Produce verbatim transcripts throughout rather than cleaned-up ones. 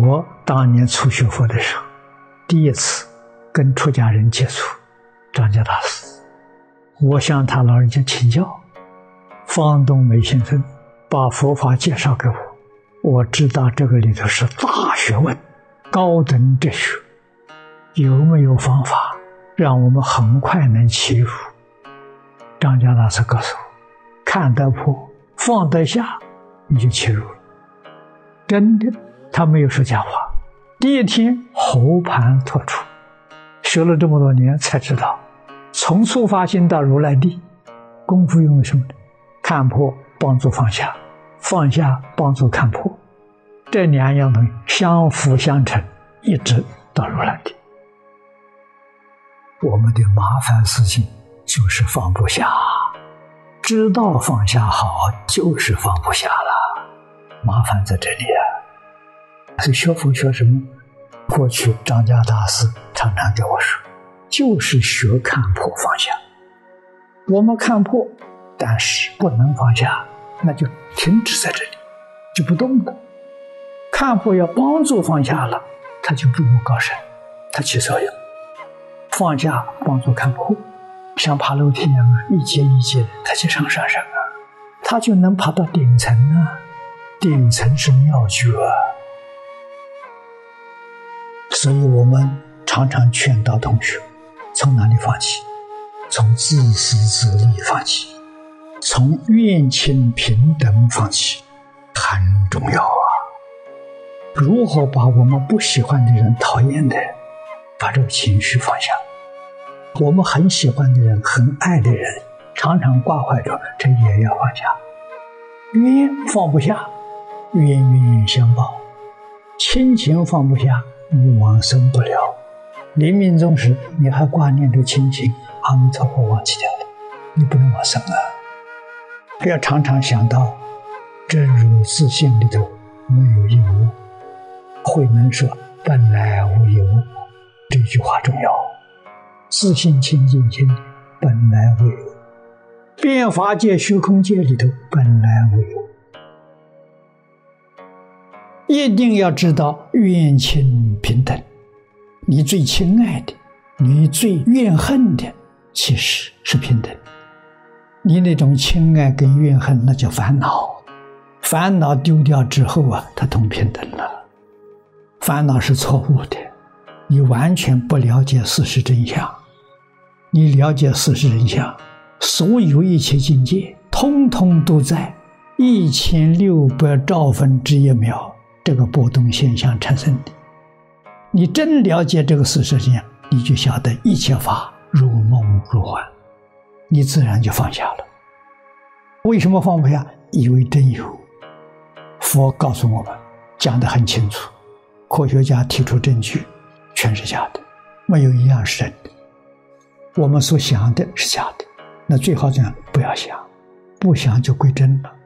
我当年初学佛的时候，第一次跟出家人接触，张家大师，我向他老人家请教，方东梅先生把佛法介绍给我，我知道这个里头是大学问，高等哲学，有没有方法让我们很快能切入？张家大师告诉我，看得破，放得下，你就切入了。真的，他没有说假话。第一天喉盘脱出，学了这么多年才知道，从初发心到如来地，功夫用的什么呢？看破帮助放下，放下帮助看破，这两样东西相辅相成，一直到如来地。我们的麻烦事情就是放不下，知道放下好，就是放不下了，麻烦在这里啊。所以学佛学什么？过去张家大师常常给我说，就是学看破放下。我们看破，但是不能放下，那就停止在这里，就不动了。看破要帮助放下了，它就步步高升，它起作用。放下帮助看破，像爬楼梯一样啊，一阶一阶它就上上上啊，它就能爬到顶层啊。顶层是妙觉啊。所以我们常常劝导同学，从哪里放弃？从自私自利放弃，从怨亲平等放弃，很重要啊。如何把我们不喜欢的人、讨厌的人，把这个情绪放下？我们很喜欢的人、很爱的人，常常挂怀着，这也要放下。冤放不下，冤冤相报；亲情放不下，你往生不了。临命终时，你还挂念着亲情，阿弥陀佛忘记掉了，你不能往生啊！要常常想到，真如自性里头没有一无，慧能说本来无一物，这句话重要。自性清净心本来无一物，变法界虚空界里头本来无一物。一定要知道怨亲平等，你最亲爱的，你最怨恨的，其实是平等。你那种亲爱跟怨恨，那叫烦恼。烦恼丢掉之后啊，它同平等了。烦恼是错误的，你完全不了解事实真相。你了解事实真相，所有一切境界，通通都在一千六百兆分之一秒这个波动现象产生的。你真了解这个事实真相，你就晓得一切法如梦如幻，你自然就放下了。为什么放不下？以为真有。佛告诉我们，讲得很清楚，科学家提出证据，全是假的，没有一样是真的。我们所想的是假的，那最好这样，不要想，不想就归真了。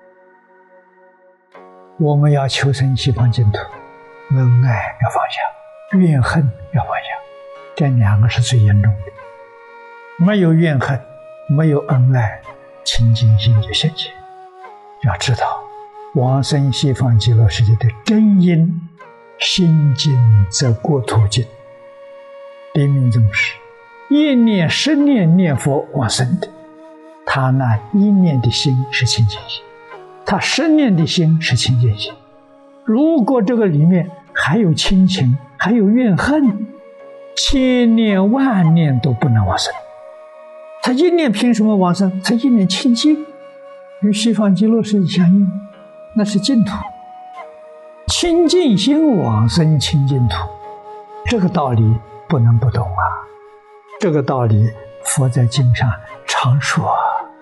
我们要求生西方净土，恩爱要放下，怨恨要放下，这两个是最严重的。没有怨恨，没有恩爱，清净心就现前。要知道，往生西方极乐世界的真因，心净则国土净。临命终时，一念十念念佛往生的，他那一念的心是清净心，他十念的心是清净心。如果这个里面还有亲情，还有怨恨，千念万念都不能往生。他一念凭什么往生？他一念清净，与西方极乐世界相应，那是净土。清净心往生清净土，这个道理不能不懂啊。这个道理佛在经上常说啊。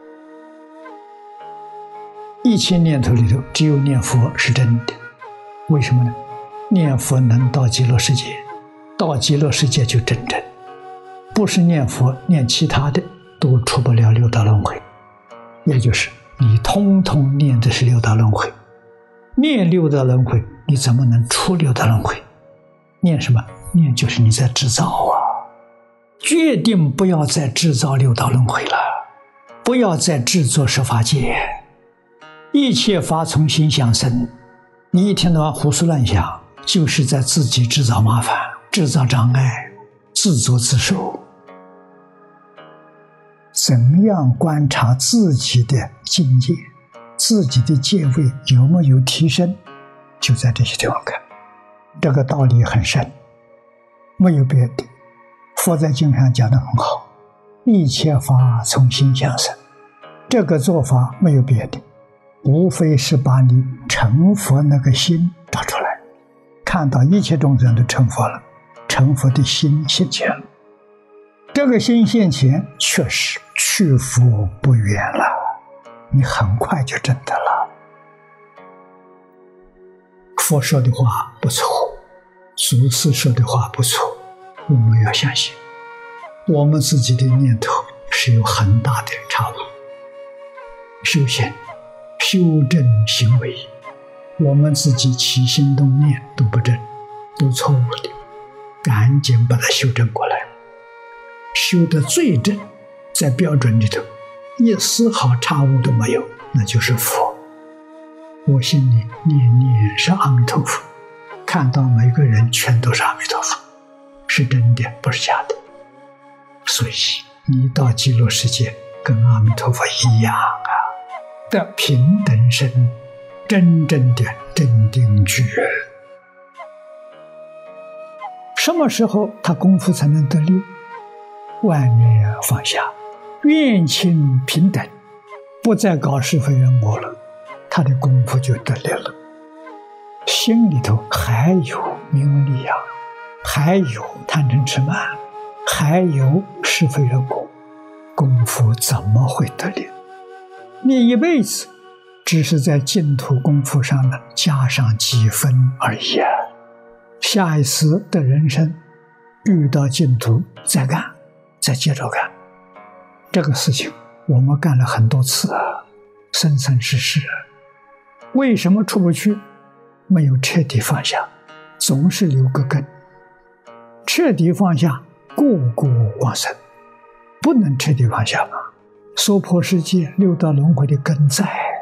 一千念头里头只有念佛是真的，为什么呢？念佛能到极乐世界，到极乐世界就真正，不是念佛念其他的都出不了六道轮回。也就是你通通念的是六道轮回，念六道轮回，你怎么能出六道轮回？念什么？念就是你在制造啊！决定不要再制造六道轮回了，不要再制作十法界。一切法从心想生，你一天到晚胡思乱想， 就是在自己制造麻烦、制造障碍，自作自受。怎么样观察自己的境界，自己的戒位有没有提升，就在这些地方看。这个道理很深，没有别的。佛在经上讲得很好，一切法从心想生，这个做法没有别的，无非是把你成佛那个心找出来，看到一切众生都成佛了，成佛的心现前了。这个心现前，确实去佛不远了，你很快就证得了。佛说的话不错，祖师说的话不错，我们要相信。我们自己的念头是有很大的差别，修行、修正行为，我们自己起心动念都不正，都错误的，赶紧把它修正过来。修得最正，在标准里头一丝毫差误都没有，那就是佛。我心里念念是阿弥陀佛，看到每个人全都是阿弥陀佛，是真的，不是假的。所以你到极乐世界跟阿弥陀佛一样啊，的平等身，真正的真定具。什么时候他功夫才能得力？万念放下，愿亲平等，不再搞是非人我了，他的功夫就得力了。心里头还有名闻利养，还有贪嗔痴慢，还有是非人我，功夫怎么会得力？你一辈子只是在净土功夫上呢加上几分而已啊！下一次的人生遇到净土再干，再接着干。这个事情我们干了很多次啊，生生世世啊，为什么出不去？没有彻底放下，总是留个根。彻底放下，个个往生。不能彻底放下吗？娑婆世界六道轮回的根在。